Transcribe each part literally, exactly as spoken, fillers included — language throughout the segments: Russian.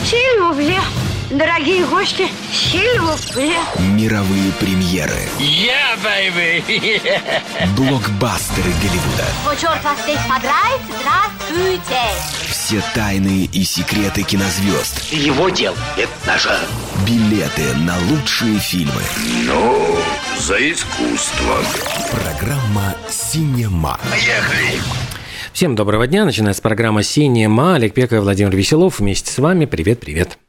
Сильвупле. Дорогие гости, сильвупле. Мировые премьеры. Я, yeah, baby! Блокбастеры Голливуда. О, черт вас здесь подрать, здравствуйте! Все тайны и секреты кинозвезд. Его дел – это нажар. Билеты на лучшие фильмы. Ну, за искусство. Программа «Синема». Поехали! Всем доброго дня. Начинается программа «Синема». Олег Пека и Владимир Веселов вместе с вами. Привет-привет.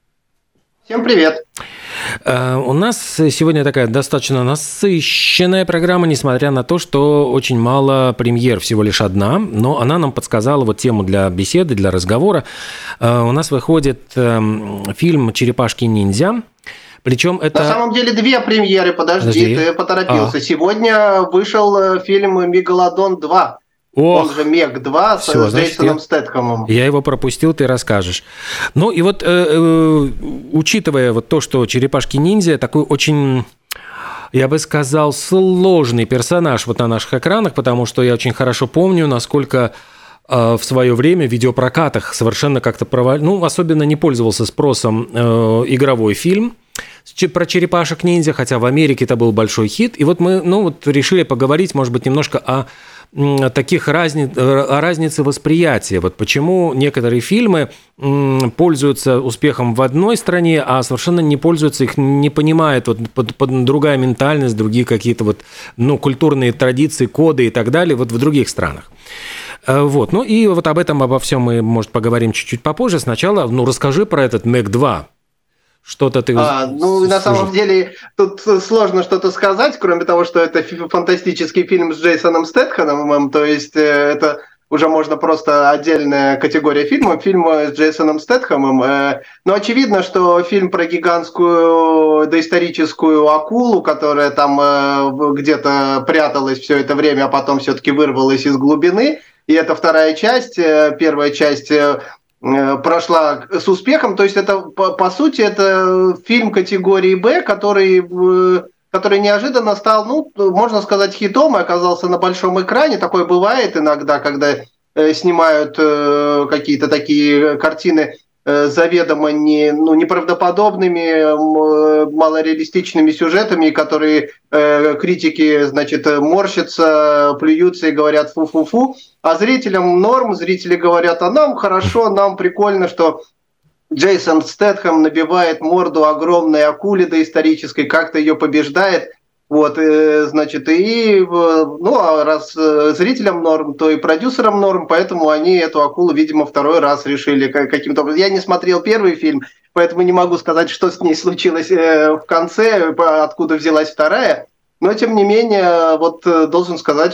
Всем привет. Uh, у нас сегодня такая достаточно насыщенная программа, несмотря на то, что очень мало премьер, всего лишь одна, но она нам подсказала вот тему для беседы, для разговора. Uh, у нас выходит uh, фильм «Черепашки-ниндзя». Причем это... На самом деле две премьеры, подожди, подожди. ты поторопился. А. Сегодня вышел фильм «Мегалодон два». Ох, он же Мег два с, все, с Джейсоном я, Стэтхэмом. Я его пропустил, ты расскажешь. Ну и вот, э, э, учитывая вот то, что «Черепашки-ниндзя» такой очень, я бы сказал, сложный персонаж вот на наших экранах, потому что я очень хорошо помню, насколько э, в свое время в видеопрокатах совершенно как-то провалил, ну, особенно не пользовался спросом э, игровой фильм про черепашек-ниндзя, хотя в Америке это был большой хит. И вот мы, ну, вот решили поговорить, может быть, немножко о таких разниц, о разнице восприятия. Вот почему некоторые фильмы пользуются успехом в одной стране, а совершенно не пользуются, их не понимают, вот под, под другая ментальность, другие какие-то вот, ну, культурные традиции, коды и так далее вот в других странах. Вот. Ну и вот об этом, обо всем мы, может, поговорим чуть-чуть попозже. Сначала, ну, расскажи про этот Мег два. Что-то ты... А, ну, на самом деле, тут сложно что-то сказать, кроме того, что это фантастический фильм с Джейсоном Стэтхэмом, то есть это уже можно просто отдельная категория фильмов, фильм с Джейсоном Стэтхэмом. Но очевидно, что фильм про гигантскую доисторическую акулу, которая там где-то пряталась все это время, а потом все-таки вырвалась из глубины, и это вторая часть, первая часть... прошла с успехом, то есть это, по, по сути, это фильм категории «Б», который, который неожиданно стал, ну, можно сказать, хитом и оказался на большом экране. Такое бывает иногда, когда э, снимают э, какие-то такие картины э, заведомо не, ну, неправдоподобными, э, малореалистичными сюжетами, которые э, критики, значит, морщатся, плюются и говорят «фу-фу-фу». А зрителям норм, зрители говорят, а нам хорошо, нам прикольно, что Джейсон Стэтхэм набивает морду огромной акуле доисторической, как-то ее побеждает. Вот, и, значит, и, ну, а раз зрителям норм, то и продюсерам норм, поэтому они эту акулу, видимо, второй раз решили каким-то образом. Я не смотрел первый фильм, поэтому не могу сказать, что с ней случилось в конце, откуда взялась вторая. Но, тем не менее, вот должен сказать,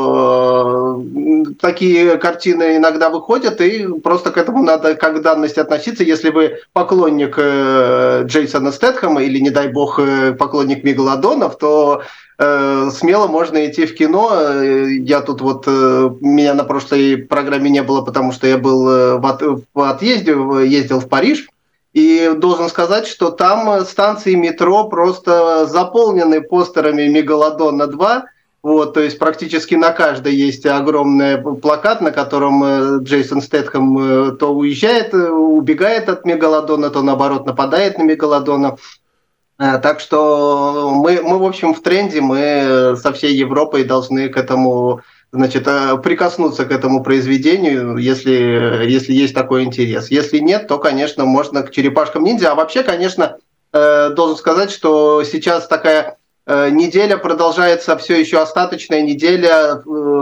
что такие картины иногда выходят, и просто к этому надо как к данности относиться. Если вы поклонник Джейсона Стэтхэма или, не дай бог, поклонник Мегалодонов, то э, смело можно идти в кино. Я тут вот, меня на прошлой программе не было, потому что я был в, от, в отъезде, ездил в Париж. И должен сказать, что там станции метро просто заполнены постерами «Мегалодона два». Вот, то есть практически на каждой есть огромный плакат, на котором Джейсон Стэтхэм то уезжает, убегает от Мегалодона, то наоборот нападает на Мегалодона. Так что мы, мы в общем, в тренде, мы со всей Европой должны к этому... Значит, прикоснуться к этому произведению, если, если есть такой интерес. Если нет, то, конечно, можно к «Черепашкам-ниндзя». А вообще, конечно, должен сказать, что сейчас такая неделя продолжается, все еще остаточная неделя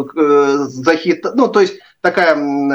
захит... Ну, то есть такая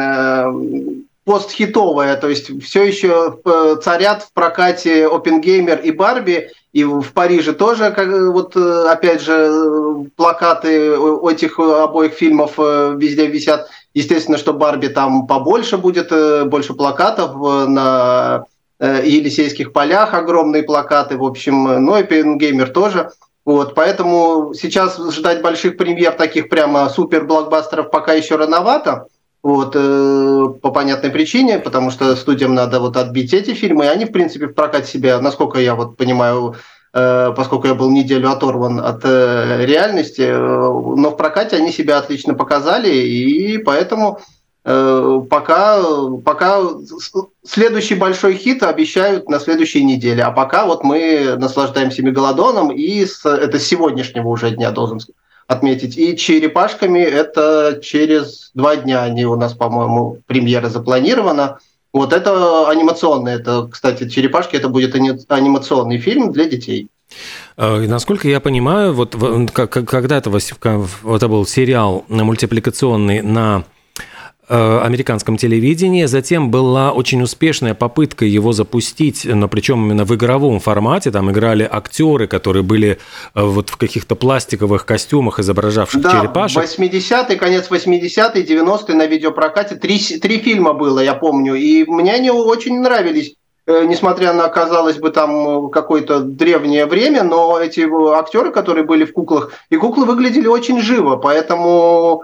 постхитовая, то есть все еще царят в прокате «Оппенгеймер» и «Барби», и в Париже тоже, как, вот опять же, плакаты этих обоих фильмов везде висят. Естественно, что «Барби» там побольше будет, больше плакатов на Елисейских полях, огромные плакаты, в общем, ну и «Оппенгеймер» тоже. Вот, поэтому сейчас ждать больших премьер, таких прямо супер-блокбастеров, пока еще рановато. Вот, э, по понятной причине, потому что студиям надо вот отбить эти фильмы, и они, в принципе, в прокате себя, насколько я вот понимаю, э, поскольку я был неделю оторван от э, реальности, э, но в прокате они себя отлично показали, и поэтому Пока, пока следующий большой хит обещают на следующей неделе. А пока вот мы наслаждаемся «Мегалодоном», и с, это с сегодняшнего уже дня должен отметить. И «Черепашками» это через два дня они у нас, по-моему, премьера запланирована. Вот это анимационный, это, кстати, «Черепашки» это будет анимационный фильм для детей. Насколько я понимаю, вот когда-то это был сериал мультипликационный на американском телевидении, затем была очень успешная попытка его запустить, но причем именно в игровом формате, там играли актеры, которые были вот в каких-то пластиковых костюмах, изображавших да, черепашек. восьмидесятые, конец восьмидесятых, девяностые на видеопрокате, три, три фильма было, я помню, и мне они очень нравились, несмотря на, казалось бы, там какое-то древнее время, но эти актеры, которые были в куклах, и куклы выглядели очень живо, поэтому...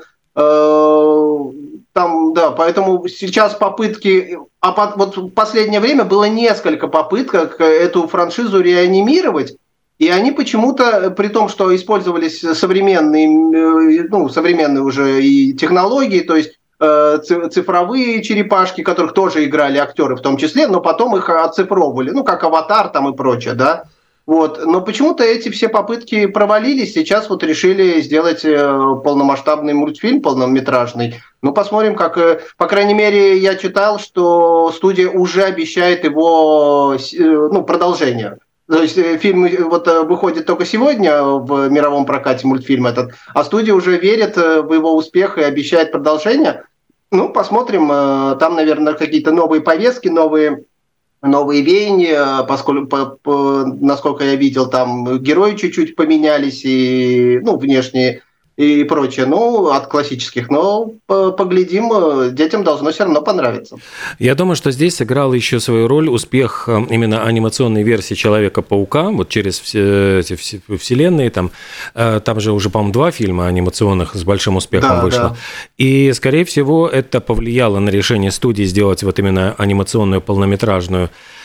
Там, да, поэтому сейчас попытки, а под, вот в последнее время было несколько попыток эту франшизу реанимировать, и они почему-то, при том, что использовались современные, ну, современные уже и технологии, то есть э, цифровые черепашки, которых тоже играли актеры в том числе, но потом их оцифровывали, ну, как «Аватар» там и прочее, да. Вот. Но почему-то эти все попытки провалились. Сейчас вот решили сделать полномасштабный мультфильм, полнометражный. Ну, посмотрим, как... По крайней мере, я читал, что студия уже обещает его, ну, продолжение. То есть фильм вот выходит только сегодня в мировом прокате, мультфильм этот, а студия уже верит в его успех и обещает продолжение. Ну, посмотрим. Там, наверное, какие-то новые повестки, новые... новые веяния, поскольку, по, по, насколько я видел, там герои чуть-чуть поменялись, и, ну, внешние и прочее, ну, от классических, но поглядим, детям должно все равно понравиться. Я думаю, что здесь сыграл еще свою роль успех именно анимационной версии Человека-паука, вот через все эти вселенные, там, там же уже, по-моему, два фильма анимационных с большим успехом да, вышло, да. И, скорее всего, это повлияло на решение студии сделать вот именно анимационную полнометражную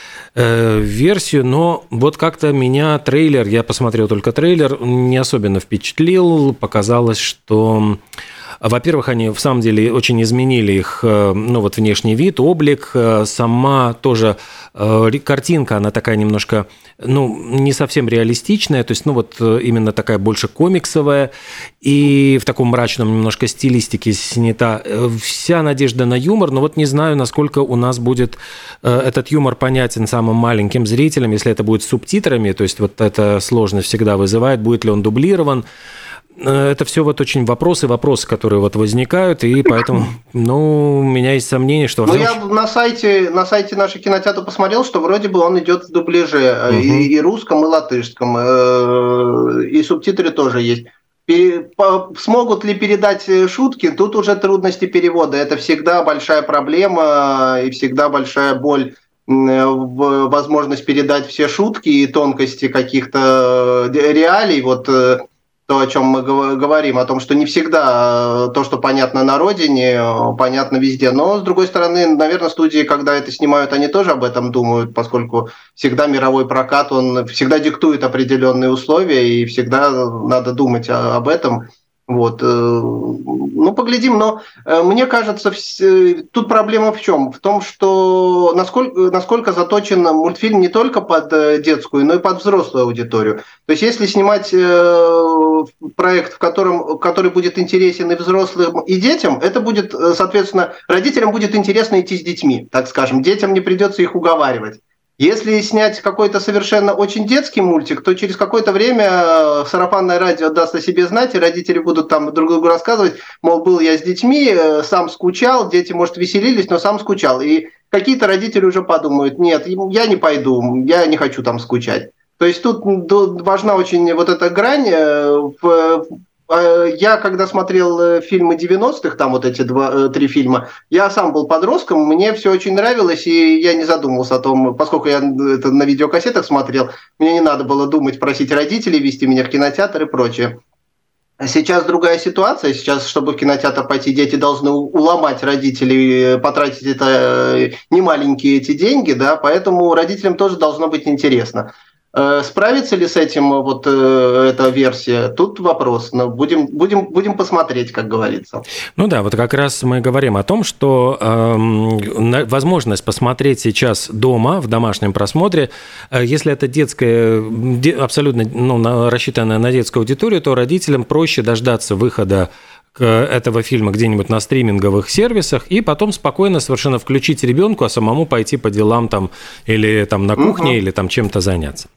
версию, но вот как-то меня трейлер, я посмотрел только трейлер, не особенно впечатлил, показалось, что... Во-первых, они в самом деле очень изменили их, ну, вот внешний вид, облик, сама тоже картинка, она такая немножко, ну, не совсем реалистичная, то есть, ну, вот именно такая больше комиксовая и в таком мрачном немножко стилистике снята. Вся надежда на юмор, но вот не знаю, насколько у нас будет этот юмор понятен самым маленьким зрителям, если это будет с субтитрами, то есть вот эта сложность всегда вызывает, будет ли он дублирован. Это все вот очень вопросы, вопросы, которые вот возникают, и поэтому, ну, у меня есть сомнение, что... Ну, я на сайте, на сайте нашего кинотеатра посмотрел, что вроде бы он идет в дубляже, угу. и, и русском, и латышском, и субтитры тоже есть. Смогут ли передать шутки? Тут уже трудности перевода. Это всегда большая проблема и всегда большая боль в возможность передать все шутки и тонкости каких-то реалий. Вот то, о чем мы говорим, о том, что не всегда то, что понятно на родине, понятно везде. Но, с другой стороны, наверное, студии, когда это снимают, они тоже об этом думают, поскольку всегда мировой прокат, он всегда диктует определенные условия, и всегда надо думать об этом. Вот. Ну, поглядим, но мне кажется, тут проблема в чем? В том, что насколько, насколько заточен мультфильм не только под детскую, но и под взрослую аудиторию. То есть, если снимать проект, в котором, который будет интересен и взрослым, и детям, это будет, соответственно, родителям будет интересно идти с детьми, так скажем. Детям не придется их уговаривать. Если снять какой-то совершенно очень детский мультик, то через какое-то время сарафанное радио даст о себе знать, и родители будут там друг другу рассказывать, мол, был я с детьми, сам скучал, дети, может, веселились, но сам скучал. И какие-то родители уже подумают, нет, я не пойду, я не хочу там скучать. То есть тут важна очень вот эта грань. Я, когда смотрел фильмы девяностых, там вот эти два, три фильма, я сам был подростком, мне все очень нравилось, и я не задумывался о том, поскольку я это на видеокассетах смотрел, мне не надо было думать, просить родителей везти меня в кинотеатр и прочее. Сейчас другая ситуация, сейчас, чтобы в кинотеатр пойти, дети должны уломать родителей, потратить это немаленькие эти деньги, да, поэтому родителям тоже должно быть интересно. Справится ли с этим вот эта версия? Тут вопрос. Но будем, будем, будем посмотреть, как говорится. Ну да, вот как раз мы говорим о том, что э, возможность посмотреть сейчас дома, в домашнем просмотре, э, если это детская, абсолютно ну, рассчитанная на детскую аудиторию, то родителям проще дождаться выхода этого фильма где-нибудь на стриминговых сервисах и потом спокойно совершенно включить ребенку, а самому пойти по делам там или там на кухне, угу. или там чем-то заняться.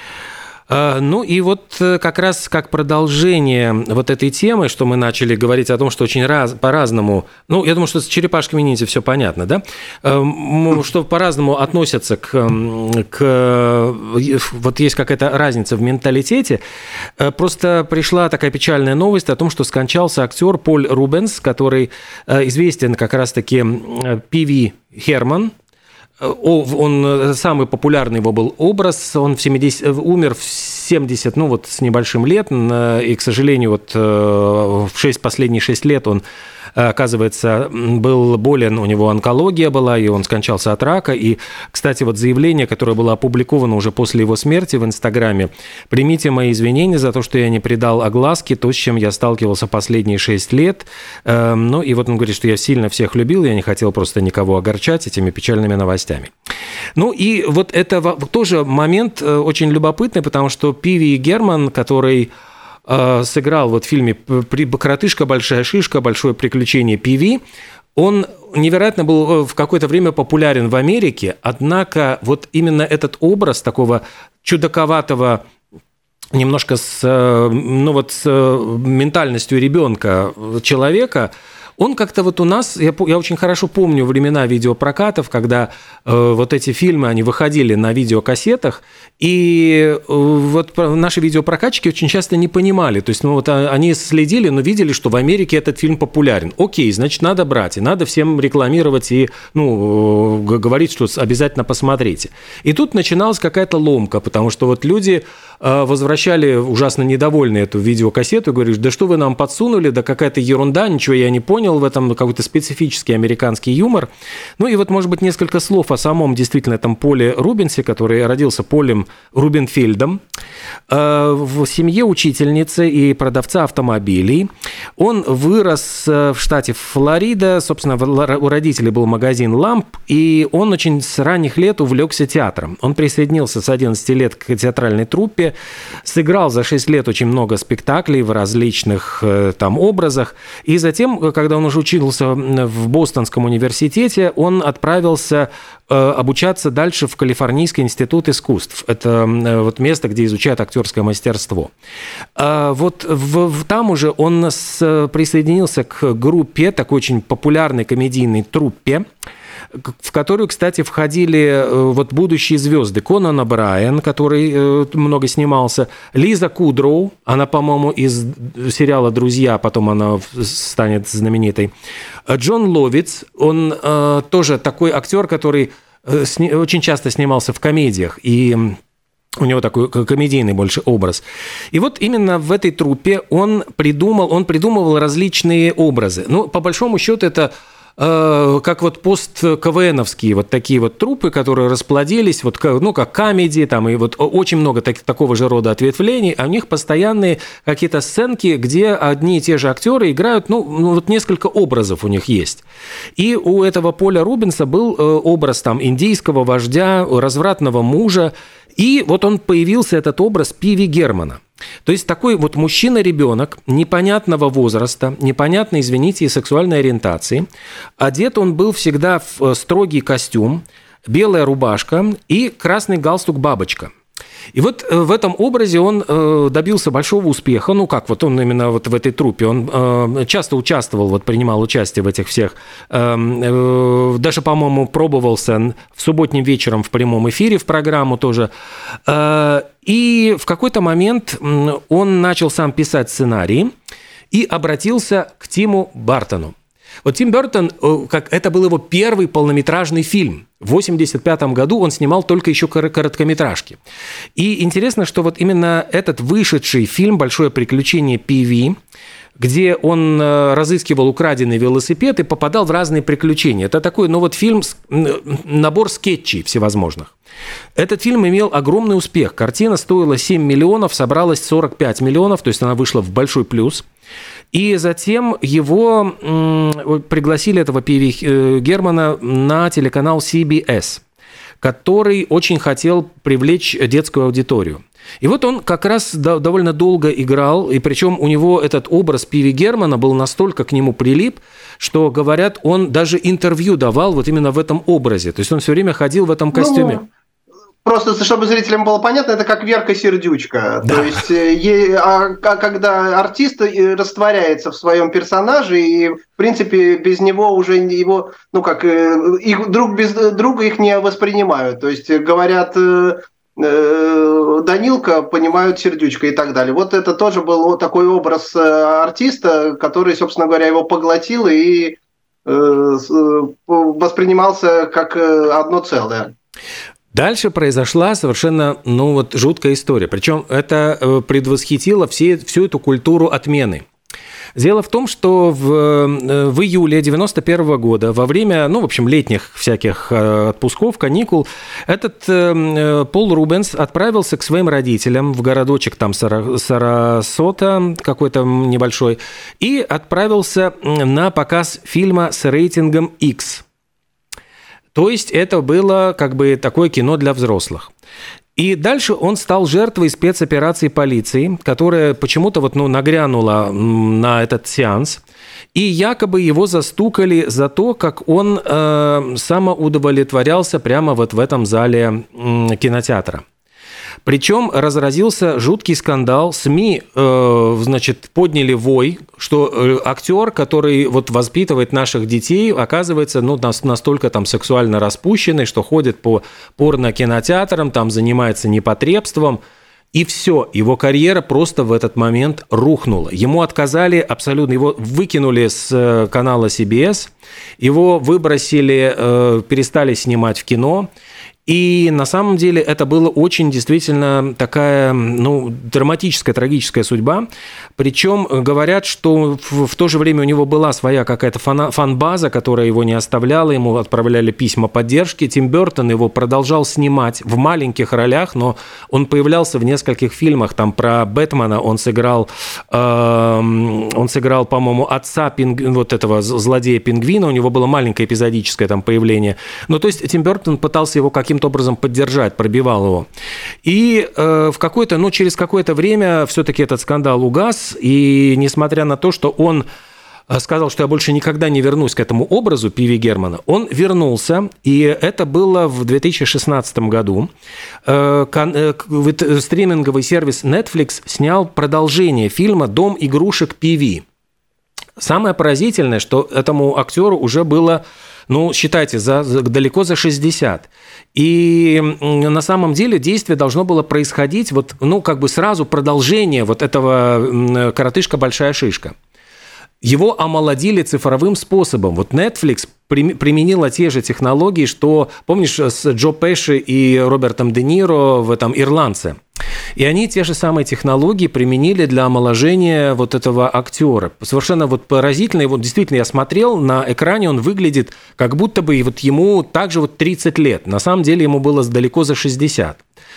Ну и вот как раз как продолжение вот этой темы, что мы начали говорить о том, что очень раз, по-разному, ну, я думаю, что с «Черепашками-ниндзя» все понятно, да, что по-разному относятся к, к... Вот есть какая-то разница в менталитете. Просто пришла такая печальная новость о том, что скончался актер Поль Рубенс, который известен как раз-таки Пи Ви Херман. Он, самый популярный его был образ, он в семидесятых, умер в семьдесят, ну вот с небольшим лет, и, к сожалению, вот в шесть, последние шесть лет он, оказывается, был болен, у него онкология была, и он скончался от рака. И, кстати, вот заявление, которое было опубликовано уже после его смерти в Инстаграме: «Примите мои извинения за то, что я не придал огласке то, с чем я сталкивался последние шесть лет». Ну и вот он говорит, что я сильно всех любил, я не хотел просто никого огорчать этими печальными новостями. Ну и вот это тоже момент очень любопытный, потому что Пи Ви Герман, который сыграл вот в фильме «Коротышка, большая шишка. Большое приключение Пи Ви», он невероятно был в какое-то время популярен в Америке, однако вот именно этот образ такого чудаковатого, немножко с, ну вот, с ментальностью ребенка человека, он как-то вот у нас, я, я очень хорошо помню времена видеопрокатов, когда э, вот эти фильмы, они выходили на видеокассетах, и э, вот наши видеопрокатчики очень часто не понимали, то есть ну, вот они следили, но видели, что в Америке этот фильм популярен. Окей, значит, надо брать, и надо всем рекламировать и ну, э, говорить, что обязательно посмотрите. И тут начиналась какая-то ломка, потому что вот люди э, возвращали ужасно недовольные эту видеокассету и говорили, да что вы нам подсунули, да какая-то ерунда, ничего я не понял, в этом какой-то специфический американский юмор. Ну и вот, может быть, несколько слов о самом действительно этом Поле Рубенсе, который родился Полем Рубенфельдом в семье учительницы и продавца автомобилей. Он вырос в штате Флорида, собственно, у родителей был магазин ламп, и он очень с ранних лет увлекся театром. Он присоединился с одиннадцати лет к театральной труппе, сыграл за шесть лет очень много спектаклей в различных там образах, и затем, когда он уже учился в Бостонском университете, он отправился обучаться дальше в Калифорнийский институт искусств. Это вот место, где изучают актерское мастерство. Вот в, там уже он с, присоединился к группе, такой очень популярной комедийной труппе, в которую, кстати, входили вот будущие звезды. Конан О'Брайен, который много снимался, Лиза Кудроу, она, по-моему, из сериала «Друзья», потом она станет знаменитой, Джон Ловиц, он тоже такой актер, который очень часто снимался в комедиях, и у него такой комедийный больше образ. И вот именно в этой труппе он придумал, он придумывал различные образы. Ну, по большому счету, это как вот пост-КВНовские вот такие вот труппы, которые расплодились, вот, ну, как комедии, там, и вот очень много так, такого же рода ответвлений, а у них постоянные какие-то сценки, где одни и те же актеры играют, ну, ну вот несколько образов у них есть. И у этого Поля Рубенса был образ там индийского вождя, развратного мужа, и вот он появился, этот образ Пи Ви Германа. То есть такой вот мужчина-ребенок непонятного возраста, непонятной, извините, и сексуальной ориентации. Одет он был всегда в строгий костюм, белая рубашка и красный галстук-бабочка. И вот в этом образе он добился большого успеха. Ну как, вот он именно вот в этой труппе, он часто участвовал, вот принимал участие в этих всех, даже, по-моему, пробовался в субботним вечером в прямом эфире в программу тоже. И в какой-то момент он начал сам писать сценарии и обратился к Тиму Бартону. Вот Тим Бертон, как это был его первый полнометражный фильм. В восемьдесят пятом году он снимал только еще короткометражки. И интересно, что вот именно этот вышедший фильм «Большое приключение Пи Ви», где он разыскивал украденный велосипед и попадал в разные приключения. Это такой, ну вот фильм, набор скетчей всевозможных. Этот фильм имел огромный успех. Картина стоила семь миллионов, собралась сорок пять миллионов, то есть она вышла в большой плюс. И затем его пригласили, этого Пи Ви Германа, на телеканал Си Би Эс, который очень хотел привлечь детскую аудиторию. И вот он как раз довольно долго играл, и причем у него этот образ Пи Ви Германа был настолько к нему прилип, что, говорят, он даже интервью давал вот именно в этом образе. То есть он все время ходил в этом костюме. Ну... Просто, чтобы зрителям было понятно, это как Верка Сердючка. Да. То есть, е, а, когда артист растворяется в своем персонаже, и, в принципе, без него уже его, ну как, их, друг без друга их не воспринимают. То есть, говорят, э, Данилка, понимают Сердючка и так далее. Вот это тоже был такой образ артиста, который, собственно говоря, его поглотил и э, воспринимался как одно целое. Дальше произошла совершенно, ну вот, жуткая история. Причем это предвосхитило все, всю эту культуру отмены. Дело в том, что в, в июле девяносто первого года, во время, ну, в общем, летних всяких отпусков, каникул, этот э, Пол Рубенс отправился к своим родителям в городочек там Сарасота, какой-то небольшой, и отправился на показ фильма с рейтингом X. То есть это было как бы такое кино для взрослых. И дальше он стал жертвой спецоперации полиции, которая почему-то вот, ну, нагрянула на этот сеанс. И якобы его застукали за то, как он э, самоудовлетворялся прямо вот в этом зале э, кинотеатра. Причем разразился жуткий скандал. СМИ, э, значит, подняли вой, что э, актер, который вот воспитывает наших детей, оказывается, ну, настолько там сексуально распущенный, что ходит по порно-кинотеатрам, там занимается непотребством. И все, его карьера просто в этот момент рухнула. Ему отказали абсолютно, его выкинули с канала Си Би Эс, его выбросили, э, перестали снимать в кино. И на самом деле это была очень действительно такая, ну, драматическая, трагическая судьба. Причем говорят, что в, в то же время у него была своя какая-то фан- фан-база, которая его не оставляла, ему отправляли письма поддержки. Тим Бёртон его продолжал снимать в маленьких ролях, но он появлялся в нескольких фильмах. Там про Бэтмена он сыграл, э, он сыграл, по-моему, отца пинг... вот этого злодея-пингвина. У него было маленькое эпизодическое там появление. Ну, то есть Тим Бёртон пытался его каким каким-то образом поддержать, пробивал его. И э, в какое-то, ну, через какое-то время все-таки этот скандал угас, и несмотря на то, что он сказал, что я больше никогда не вернусь к этому образу Пи Ви Германа, он вернулся, и это было в две тысячи шестнадцатом году. Э, кон, э, стриминговый сервис Netflix снял продолжение фильма «Дом игрушек Пи Ви». Самое поразительное, что этому актеру уже было, ну, считайте, за, за, далеко за шестьдесят. И на самом деле действие должно было происходить, вот, ну, как бы сразу продолжение вот этого «Коротышка, большая шишка». Его омолодили цифровым способом. Вот Netflix применила те же технологии, что, помнишь, с Джо Пеши и Робертом Де Ниро в этом «Ирландце». И они те же самые технологии применили для омоложения вот этого актера. Совершенно вот поразительно. И вот действительно я смотрел, на экране он выглядит, как будто бы вот ему также вот тридцать лет. На самом деле ему было далеко за шестьдесят.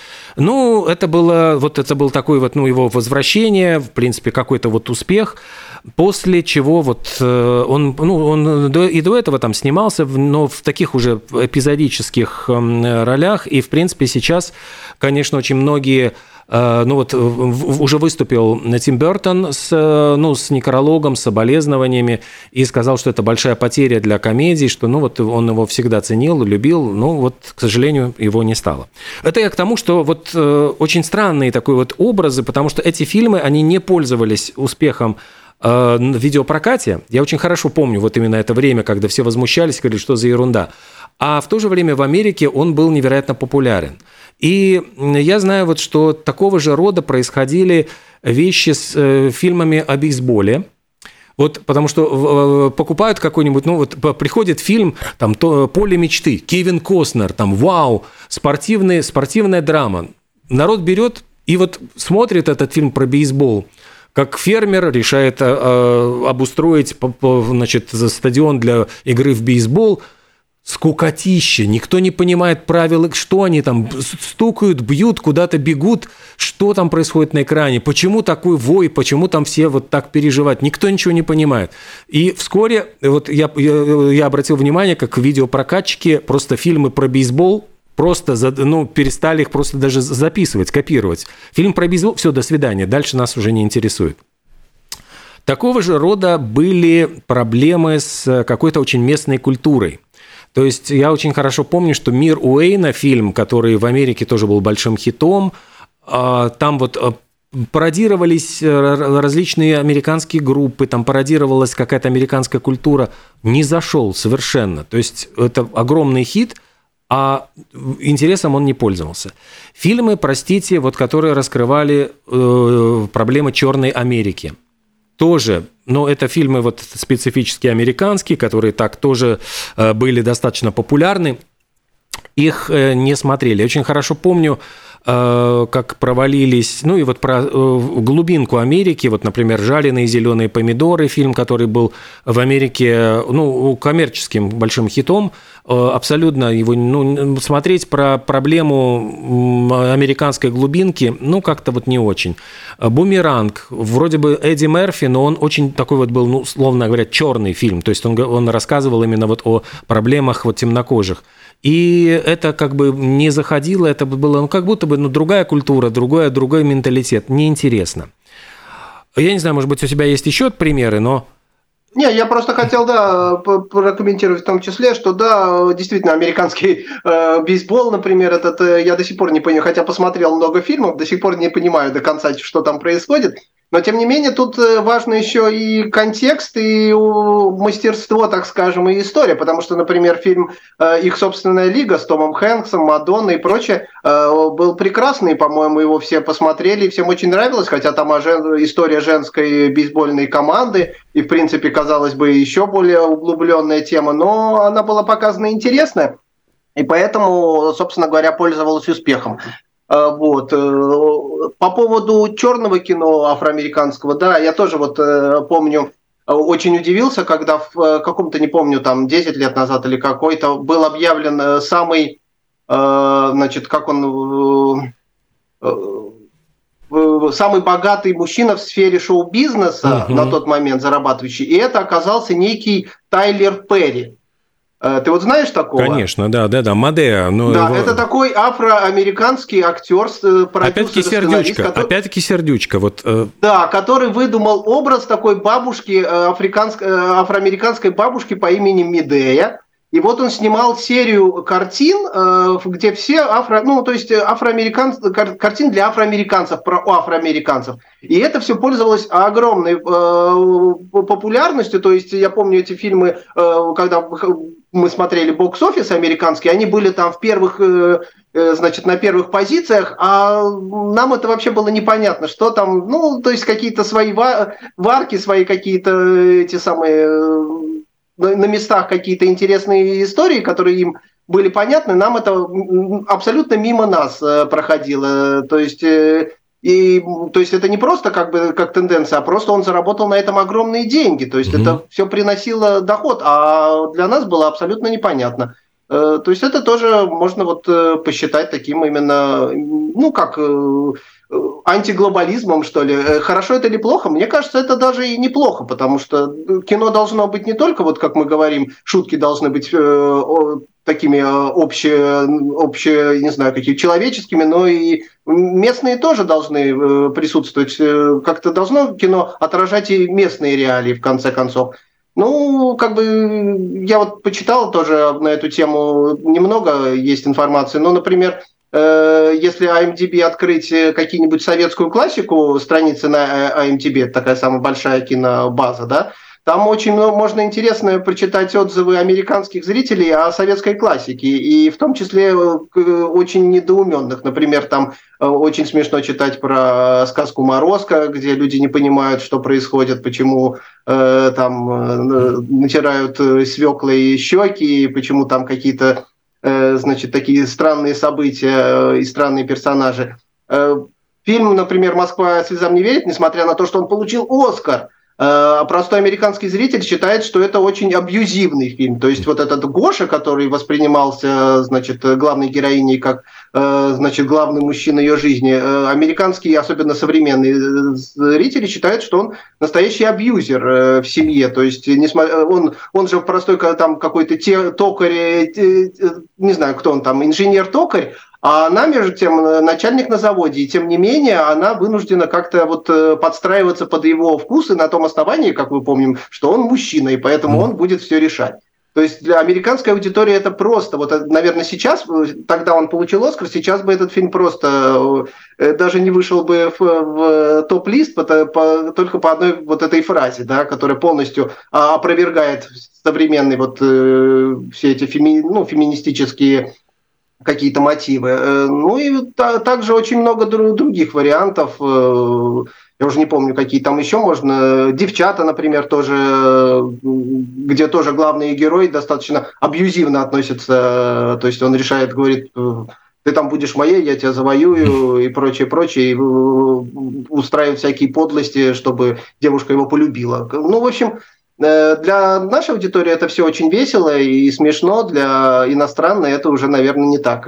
Ну, это было, вот это был такой вот, ну, его возвращение, в принципе, какой-то вот успех, после чего вот он, ну, он и до этого там снимался, но в таких уже эпизодических ролях, и, в принципе, сейчас, конечно, очень многие... Ну вот уже выступил Тим Бёртон с, ну, с некрологом, с соболезнованиями и сказал, что это большая потеря для комедии, что, ну, вот он его всегда ценил, любил, но вот, к сожалению, его не стало. Это я к тому, что вот очень странные такие вот образы, потому что эти фильмы, они не пользовались успехом в видеопрокате. Я очень хорошо помню вот именно это время, когда все возмущались, говорили, что за ерунда. А в то же время в Америке он был невероятно популярен. И я знаю, вот, что такого же рода происходили вещи с э, фильмами о бейсболе. Вот, потому что э, покупают какой-нибудь, ну вот приходит фильм, там, то, «Поле мечты», Кевин Костнер, там, вау, спортивный, спортивная драма. Народ берет и вот смотрит этот фильм про бейсбол. как фермер решает э, обустроить, значит, стадион для игры в бейсбол. Скукотища, никто не понимает правил, что они там стукают, бьют, куда-то бегут, что там происходит на экране, почему такой вой, почему там все вот так переживают, никто ничего не понимает. И вскоре вот я, я, я обратил внимание, как видеопрокатчики просто фильмы про бейсбол просто ну, перестали их просто даже записывать, копировать. Фильм про бейсбол, все, до свидания, дальше нас уже не интересует. Такого же рода были проблемы с какой-то очень местной культурой. То есть я очень хорошо помню, что «Мир Уэйна», фильм, который в Америке тоже был большим хитом, там вот пародировались различные американские группы, там пародировалась какая-то американская культура, не зашел совершенно. То есть это огромный хит, а интересом он не пользовался. Фильмы, простите, вот, которые раскрывали э, проблемы Черной Америки. Тоже, но это фильмы вот специфически американские, которые так тоже были достаточно популярны. Их не смотрели. Я очень хорошо помню, как провалились, ну и вот про глубинку Америки, вот, например, «Жареные зеленые помидоры», фильм, который был в Америке, ну, коммерческим большим хитом, абсолютно его, ну, смотреть про проблему американской глубинки, ну, как-то вот не очень. «Бумеранг», вроде бы Эдди Мерфи, но он очень такой вот был, ну, условно говоря, черный фильм, то есть он, он рассказывал именно вот о проблемах вот темнокожих. И это как бы не заходило, это было ну, как будто бы ну, другая культура, другой, другой менталитет. Неинтересно. Я не знаю, может быть, у тебя есть еще примеры, но... Не, я просто хотел, да, прокомментировать в том числе, что, да, действительно, американский э, бейсбол, например, этот, э, я до сих пор не понимаю, хотя посмотрел много фильмов, до сих пор не понимаю до конца, что там происходит. Но, тем не менее, тут важно еще и контекст, и мастерство, так скажем, и история. Потому что, например, фильм «Их собственная лига» с Томом Хэнксом, Мадонной и прочее был прекрасный, по-моему, его все посмотрели, и всем очень нравилось, хотя там история женской бейсбольной команды, и, в принципе, казалось бы, еще более углубленная тема, но она была показана интересная, и поэтому, собственно говоря, пользовалась успехом. Вот. По поводу черного кино афроамериканского, да, я тоже вот помню, очень удивился, когда в каком-то, не помню, там десять лет назад или какой-то, был объявлен самый, значит, как он, самый богатый мужчина в сфере шоу-бизнеса uh-huh. на тот момент зарабатывающий, и это оказался некий Тайлер Перри. Ты вот знаешь такого? Конечно, да, да, да, Мадеа. Но да, его... это такой афроамериканский актер, продюсер, опять-таки сердючка, который... опять-таки сердючка. Вот, э... Да, который выдумал образ такой бабушки, африканск... афроамериканской бабушки по имени Медея. И вот он снимал серию картин, где все афро, ну, то есть афроамериканцы, картин для афроамериканцев, про афроамериканцев. И это все пользовалось огромной популярностью. То есть я помню эти фильмы, когда мы смотрели бокс-офис американский, они были там в первых, значит, на первых позициях, а нам это вообще было непонятно, что там, ну, то есть какие-то свои варки, свои какие-то эти самые... на местах какие-то интересные истории, которые им были понятны, нам это абсолютно мимо нас проходило. То есть, и, то есть это не просто как бы как тенденция, а просто он заработал на этом огромные деньги. То есть mm-hmm. это все приносило доход, а для нас было абсолютно непонятно. То есть это тоже можно вот посчитать таким именно, ну как... антиглобализмом, что ли. Хорошо это или плохо? Мне кажется, это даже и неплохо, потому что кино должно быть не только, вот как мы говорим, шутки должны быть э, такими общие, общие, не знаю, какие человеческими, но и местные тоже должны э, присутствовать. Как-то должно кино отражать и местные реалии, в конце концов. Ну, как бы, я вот почитал тоже на эту тему, немного есть информации, но, например, если ай эм ди би открыть какие-нибудь советскую классику, страницы на ай эм ди би, это такая самая большая кинобаза, да, там очень много, можно интересно прочитать отзывы американских зрителей о советской классике, и в том числе очень недоуменных. Например, там очень смешно читать про сказку «Морозко», где люди не понимают, что происходит, почему э, там э, натирают свеклой щеки, почему там какие-то, э, значит, такие странные события и странные персонажи. фильм, например, «Москва слезам не верит», несмотря на то, что он получил «Оскар», простой американский зритель считает, что это очень абьюзивный фильм. То есть вот этот Гоша, который воспринимался, значит, главной героиней как, значит, главный мужчина ее жизни, американские, особенно современные зрители считают, что он настоящий абьюзер в семье. То есть он, он же простой там какой-то те, токарь, не знаю, кто он там, инженер-токарь, а она, между тем, начальник на заводе, и тем не менее она вынуждена как-то вот подстраиваться под его вкусы на том основании, как мы помним, что он мужчина, и поэтому он будет все решать. То есть для американской аудитории это просто, вот, наверное, сейчас, тогда он получил «Оскар», сейчас бы этот фильм просто даже не вышел бы в, в топ-лист по, по, только по одной вот этой фразе, да, которая полностью опровергает современные вот все эти феми, ну, феминистические какие-то мотивы. Ну и та, также очень много других вариантов. Я уже не помню, какие там еще можно. «Девчата», например, тоже, где тоже главный герой достаточно абьюзивно относится. То есть он решает, говорит, ты там будешь моей, я тебя завоюю и прочее, прочее. И устраивает всякие подлости, чтобы девушка его полюбила. Ну, в общем, для нашей аудитории это все очень весело и смешно, для иностранной это уже, наверное, не так,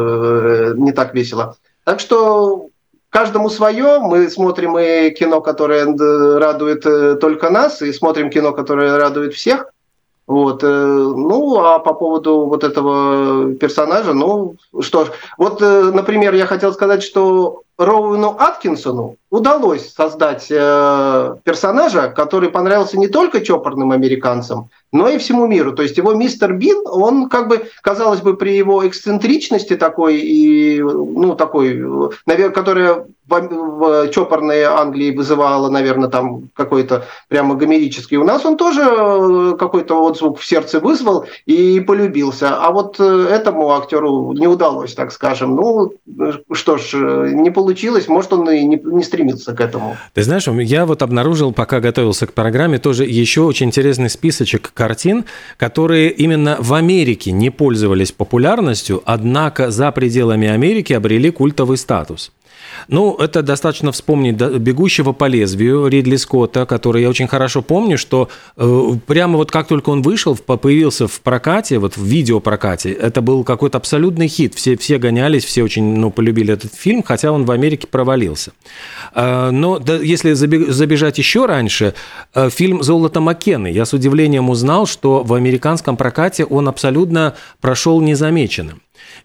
не так весело. Так что каждому свое. Мы смотрим и кино, которое радует только нас, и смотрим кино, которое радует всех. Вот. Ну, а по поводу вот этого персонажа, ну, что ж. Вот, например, я хотел сказать, что Роуэну Аткинсону удалось создать э, персонажа, который понравился не только чопорным американцам, но и всему миру. То есть его мистер Бин, он как бы, казалось бы, при его эксцентричности такой, и, ну, такой, наверное, которая в, в чопорной Англии вызывала, наверное, там какой-то прямо гомерический. У нас он тоже какой-то отзвук в сердце вызвал и полюбился. А вот этому актеру не удалось, так скажем. Ну, что ж, не получилось, может, он и не, не стремился к этому. Ты знаешь, я вот обнаружил, пока готовился к программе, тоже еще очень интересный списочек картин, которые именно в Америке не пользовались популярностью, однако за пределами Америки обрели культовый статус. Ну, это достаточно вспомнить «Бегущего по лезвию» Ридли Скотта, который я очень хорошо помню, что э, прямо вот как только он вышел, появился в прокате, вот в видеопрокате, это был какой-то абсолютный хит. Все, все гонялись, все очень, ну, полюбили этот фильм, хотя он в Америке провалился. Э, но да, если забежать еще раньше, э, фильм «Золото Маккены», я с удивлением узнал, что в американском прокате он абсолютно прошел незамеченным.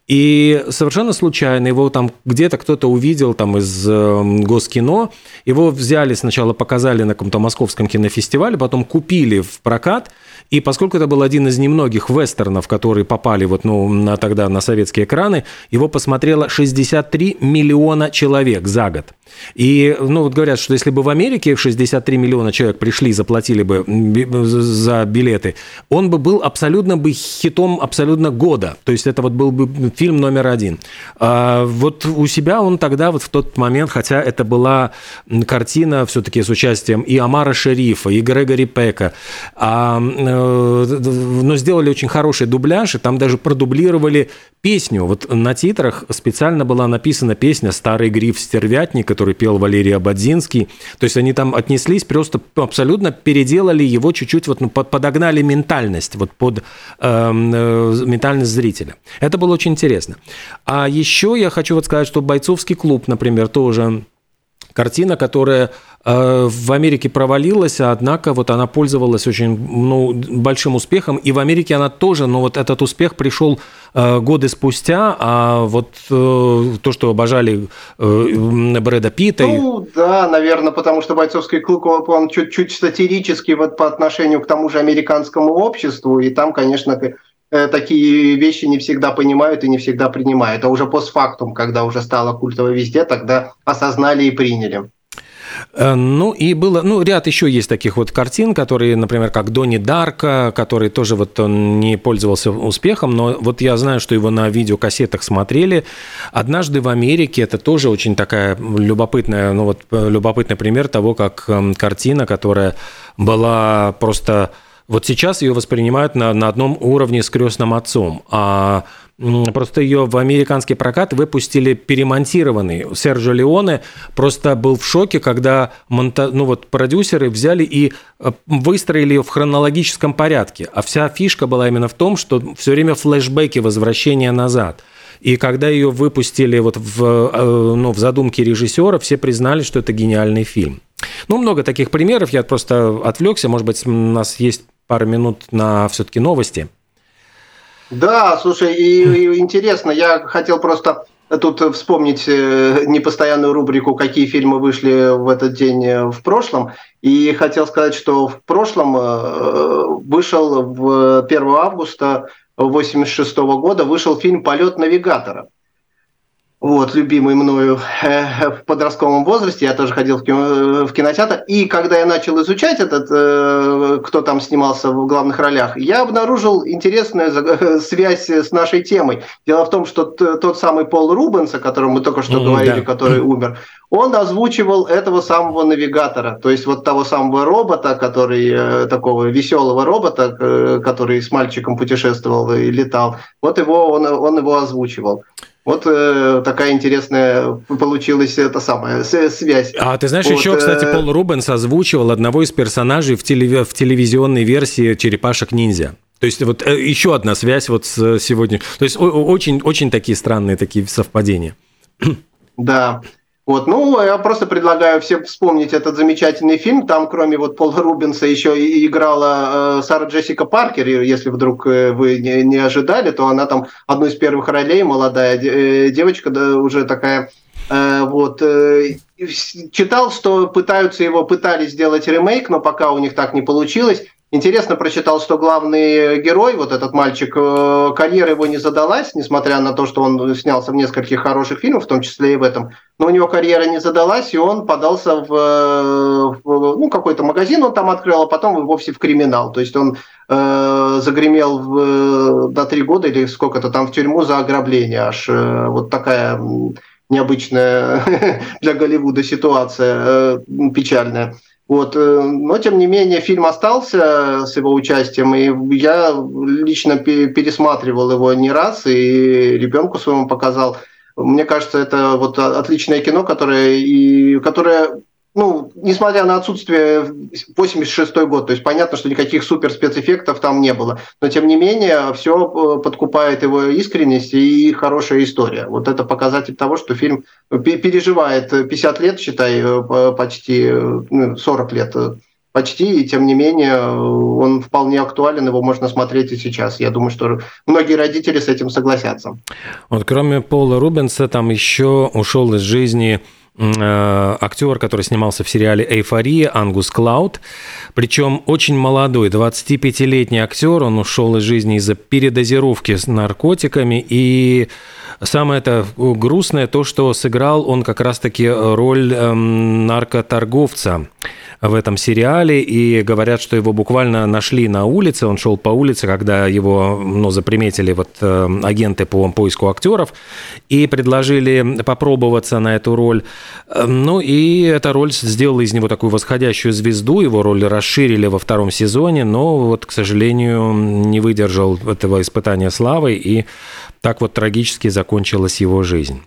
И совершенно случайно его там где-то кто-то увидел там из э, Госкино, его взяли сначала, показали на каком-то московском кинофестивале, потом купили в прокат, и поскольку это был один из немногих вестернов, которые попали вот, ну, на, тогда на советские экраны, его посмотрело шестьдесят три миллиона человек за год. И, ну, вот говорят, что если бы в Америке шестьдесят три миллиона человек пришли, заплатили бы за билеты, он бы был абсолютно бы хитом абсолютно года. То есть это вот был бы фильм номер один. А вот у себя он тогда вот в тот момент, хотя это была картина все-таки с участием и Омара Шерифа, и Грегори Пека, а, но сделали очень хороший дубляж, и там даже продублировали песню. Вот на титрах специально была написана песня «Старый гриф-стервятник», который пел Валерий Ободзинский. То есть они там отнеслись, просто абсолютно переделали его чуть-чуть, вот, ну, подогнали ментальность, вот под э, ментальность зрителя. Это было очень интересно. А еще я хочу вот сказать, что «Бойцовский клуб», например, тоже картина, которая э, в Америке провалилась, однако вот она пользовалась очень, ну, большим успехом, и в Америке она тоже, но вот этот успех пришел э, годы спустя, а вот э, то, что обожали э, Брэда Питта... Ну, и... да, наверное, потому что «Бойцовский клуб», он чуть-чуть сатирический вот по отношению к тому же американскому обществу, и там, конечно, такие вещи не всегда понимают и не всегда принимают. А уже постфактум, когда уже стало культово везде, тогда осознали и приняли. Ну, и было, ну, ряд еще есть таких вот картин, которые, например, как Донни Дарко, который тоже вот он не пользовался успехом, но вот я знаю, что его на видеокассетах смотрели. «Однажды в Америке» — это тоже очень такая любопытная, ну, вот любопытный пример того, как картина, которая была просто... Вот сейчас ее воспринимают на, на одном уровне с «Крестным отцом», а просто ее в американский прокат выпустили перемонтированный. Серджио Леоне просто был в шоке, когда монта... ну, вот, продюсеры взяли и выстроили ее в хронологическом порядке. А вся фишка была именно в том, что все время флешбеки, возвращения назад. И когда ее выпустили вот в, ну, в задумке режиссера, все признали, что это гениальный фильм. Ну, много таких примеров. Я просто отвлекся. Может быть, у нас есть пара минут на все-таки новости. Да, слушай, и, и интересно, я хотел просто тут вспомнить непостоянную рубрику «Какие фильмы вышли в этот день в прошлом», и хотел сказать, что в прошлом вышел в первого августа восемьдесят шестого года вышел фильм «Полет навигатора». Вот, любимый мною э, в подростковом возрасте, я тоже ходил в, кино, в кинотеатр, и когда я начал изучать этот, э, кто там снимался в главных ролях, я обнаружил интересную э, связь с нашей темой. Дело в том, что т, тот самый Пол Рубенс, о котором мы только что mm, говорили, да. который умер, он озвучивал этого самого навигатора, то есть вот того самого робота, который, э, такого веселого робота, э, который с мальчиком путешествовал и летал, вот его, он, он его озвучивал. Вот э, такая интересная получилась эта самая связь. А ты знаешь, вот, еще, кстати, э... Пол Рубенс озвучивал одного из персонажей в, телев... в телевизионной версии «Черепашек-ниндзя». То есть вот э, еще одна связь вот с сегодня. То есть очень, очень такие странные такие совпадения. Да. Вот, ну, я просто предлагаю всем вспомнить этот замечательный фильм. Там, кроме вот Пола Рубенса, еще и играла э, Сара Джессика Паркер. Если вдруг э, вы не, не ожидали, то она там одну из первых ролей, молодая э, девочка, да, уже такая. Э, вот, э, читал, что пытаются его, пытались сделать ремейк, но пока у них так не получилось. Интересно, прочитал, что главный герой, вот этот мальчик, карьера его не задалась, несмотря на то, что он снялся в нескольких хороших фильмах, в том числе и в этом. Но у него карьера не задалась, и он подался в, в ну, какой-то магазин, он там открыл, а потом и вовсе в криминал. То есть он э, загремел в, до три года или сколько-то там в тюрьму за ограбление. Аж э, вот такая необычная для Голливуда ситуация, э, печальная. Вот. Но, тем не менее, фильм остался с его участием, и я лично пересматривал его не раз, и ребенку своему показал. Мне кажется, это вот отличное кино, которое, и, которое ну, несмотря на отсутствие восемьдесят шестой год, то есть понятно, что никаких супер спецэффектов там не было, но, тем не менее, все подкупает его искренность и хорошая история. Вот это показатель того, что фильм переживает пятьдесят лет, считай, почти сорок лет почти, и тем не менее он вполне актуален, его можно смотреть и сейчас. Я думаю, что многие родители с этим согласятся. Вот кроме Пола Рубенса там еще ушел из жизни актер, который снимался в сериале «Эйфория», Ангус Клауд, причем очень молодой, двадцатипятилетний актер, он ушел из жизни из-за передозировки с наркотиками, и самое это грустное то, что сыграл он как раз-таки роль наркоторговца в этом сериале, и говорят, что его буквально нашли на улице, он шел по улице, когда его ну, заприметили вот, э, агенты по поиску актеров, и предложили попробоваться на эту роль. Ну и эта роль сделала из него такую восходящую звезду, его роль расширили во втором сезоне, но вот, к сожалению, не выдержал этого испытания славы, и так вот трагически закончилась его жизнь.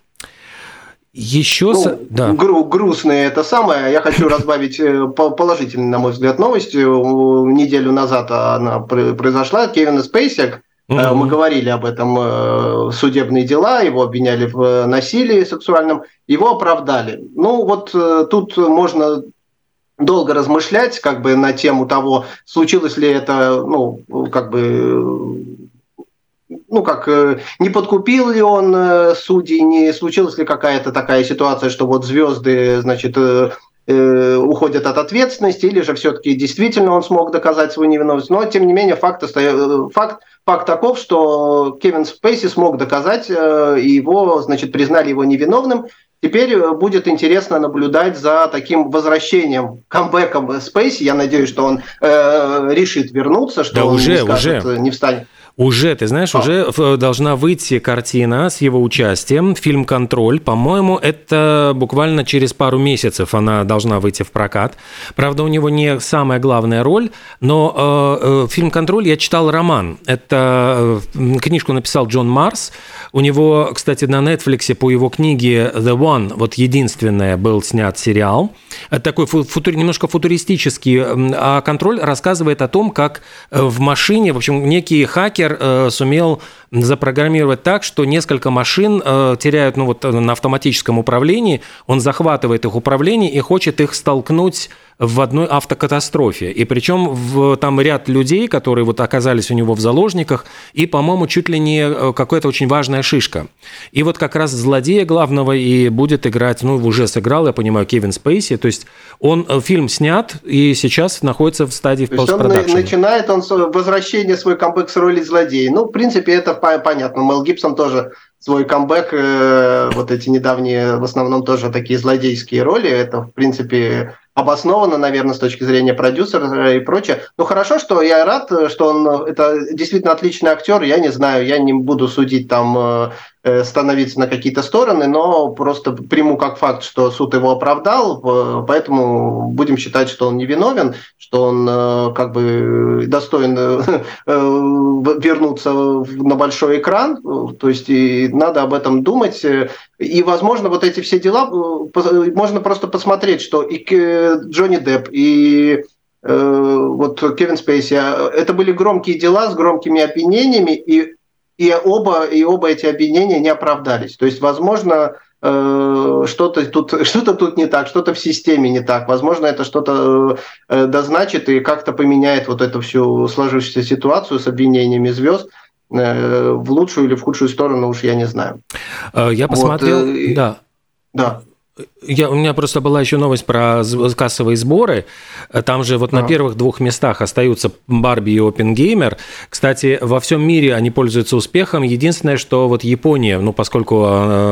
Еще ну, да. гру- грустные это самое. Я хочу разбавить положительную, на мой взгляд, новость. Неделю назад она произошла. Кевин Спейси, mm-hmm. мы говорили об этом, судебные дела, его обвиняли в насилии сексуальном, его оправдали. Ну вот тут можно долго размышлять как бы на тему того, случилось ли это, ну, как бы... Ну, как, не подкупил ли он судей, не случилась ли какая-то такая ситуация, что вот звезды, значит, э, уходят от ответственности, или же все-таки действительно он смог доказать свою невиновность. Но, тем не менее, факт, факт, факт таков, что Кевин Спейси смог доказать, э, и его, значит, признали его невиновным. Теперь будет интересно наблюдать за таким возвращением, камбэком Спейси. Я надеюсь, что он э, решит вернуться, что да он уже, не скажет, уже. не встанет. Уже, ты знаешь, уже должна выйти картина с его участием, фильм «Контроль». По-моему, это буквально через пару месяцев она должна выйти в прокат. Правда, у него не самая главная роль, но э, фильм «Контроль» я читал роман. Это э, книжку написал Джон Марс. У него, кстати, на Netflix по его книге «The One», вот единственное, был снят сериал. Это такой футур, немножко футуристический. А «Контроль» рассказывает о том, как в машине, в общем, некий хакер сумел запрограммировать так, что несколько машин теряют, ну, вот, на автоматическом управлении, он захватывает их управление и хочет их столкнуть в одной автокатастрофе. И причем в, там ряд людей, которые вот оказались у него в заложниках, и, по-моему, чуть ли не какая-то очень важная шишка. И вот как раз злодея главного и будет играть, ну, уже сыграл, я понимаю, Кевин Спейси. То есть он, фильм снят и сейчас находится в стадии постпродакшена. Начинает он возвращение, свой камбэк с роли злодея. Ну, в принципе, это понятно. Мел Гибсон тоже свой камбэк, э, вот эти недавние, в основном тоже такие злодейские роли. Это, в принципе, обоснованно, наверное, с точки зрения продюсера и прочее. Но хорошо, что я рад, что он это действительно отличный актер. Я не знаю, я не буду судить там, э, становиться на какие-то стороны, но просто приму как факт, что суд его оправдал, поэтому будем считать, что он невиновен, что он э, как бы достоин э, вернуться на большой экран. То есть и надо об этом думать. И, возможно, вот эти все дела можно просто посмотреть, что и Джонни Депп, и э, вот Кевин Спейси, это были громкие дела с громкими обвинениями, и, и, оба, и оба эти обвинения не оправдались. То есть, возможно, э, что-то тут, что-то тут не так, что-то в системе не так. Возможно, это что-то э, дозначит и как-то поменяет вот эту всю сложившуюся ситуацию с обвинениями звезд э, в лучшую или в худшую сторону, уж я не знаю. Я посмотрел, вот, э, да. Да. Я, у меня просто была еще новость про кассовые сборы. Там же вот а. на первых двух местах остаются Барби и Оппенгеймер. Кстати, во всем мире они пользуются успехом. Единственное, что вот Япония, ну, поскольку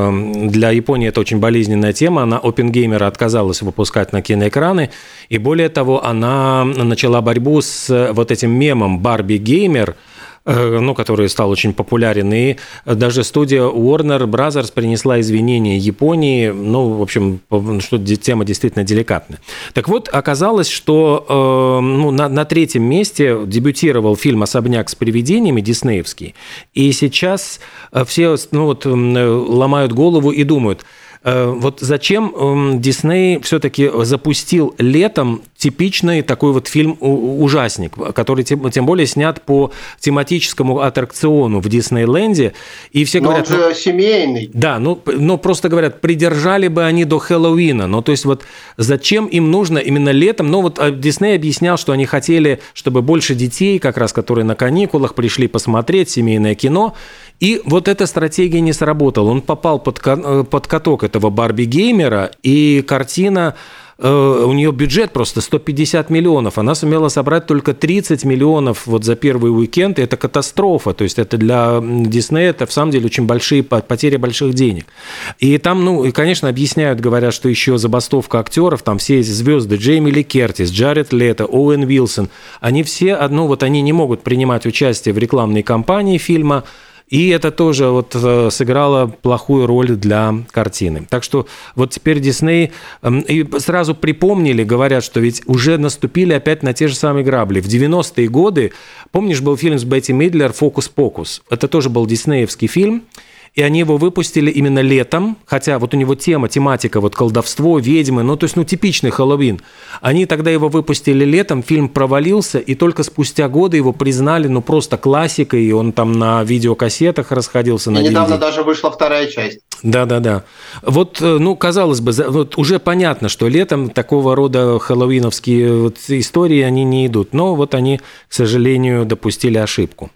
для Японии это очень болезненная тема, она Оппенгеймера отказалась выпускать на киноэкраны. И более того, она начала борьбу с вот этим мемом Барби-геймер, ну, который стал очень популярен, и даже студия Warner Brothers принесла извинения Японии, ну, в общем, что тема действительно деликатная. Так вот, оказалось, что э, ну, на, на третьем месте дебютировал фильм «Особняк с привидениями» диснеевский, и сейчас все, ну, вот, ломают голову и думают, вот зачем Дисней все-таки запустил летом типичный такой вот фильм-ужасник, который тем, тем более снят по тематическому аттракциону в Диснейленде. И все говорят, но он же ну, семейный. Да, ну, но просто говорят, придержали бы они до Хэллоуина. Ну, то есть вот зачем им нужно именно летом? Ну, вот Дисней объяснял, что они хотели, чтобы больше детей, как раз которые на каникулах, пришли посмотреть семейное кино. И вот эта стратегия не сработала. Он попал под, под каток этого Барби-геймера, и картина, э, у нее бюджет просто сто пятьдесят миллионов. Она сумела собрать только тридцать миллионов вот за первый уикенд. Это катастрофа. То есть это для Диснея, это в самом деле очень большие потери больших денег. И там, ну, и, конечно, объясняют, говорят, что еще забастовка актеров, там все эти звезды, Джейми Ли Кертис, Джаред Лето, Оуэн Уилсон, они все, ну, вот они не могут принимать участие в рекламной кампании фильма. И это тоже вот сыграло плохую роль для картины. Так что вот теперь Дисней и сразу припомнили, говорят, что ведь уже наступили опять на те же самые грабли. В девяностые годы, помнишь, был фильм с Бетти Мидлер «Фокус-покус». Это тоже был диснеевский фильм. И они его выпустили именно летом, хотя вот у него тема, тематика, вот колдовство, ведьмы, ну, то есть, ну, типичный Хэллоуин. Они тогда его выпустили летом, фильм провалился, и только спустя годы его признали, ну, просто классикой, и он там на видеокассетах расходился. И на недавно ди ви ди. Даже вышла вторая часть. Да-да-да. Вот, ну, казалось бы, вот уже понятно, что летом такого рода хэллоуиновские вот истории, они не идут, но вот они, к сожалению, допустили ошибку.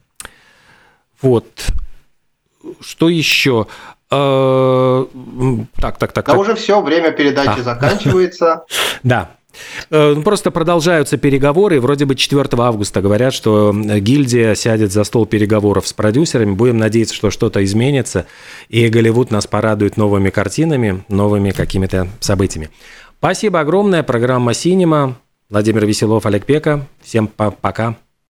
Вот. Что еще? Так, так, так. Да так. уже все, время передачи а. заканчивается. Да. Просто продолжаются переговоры. Вроде бы четвёртого августа говорят, что гильдия сядет за стол переговоров с продюсерами. Будем надеяться, что что-то изменится, и Голливуд нас порадует новыми картинами, новыми какими-то событиями. Спасибо огромное. Программа «Синема». Владимир Веселов, Олег Пека. Всем пока.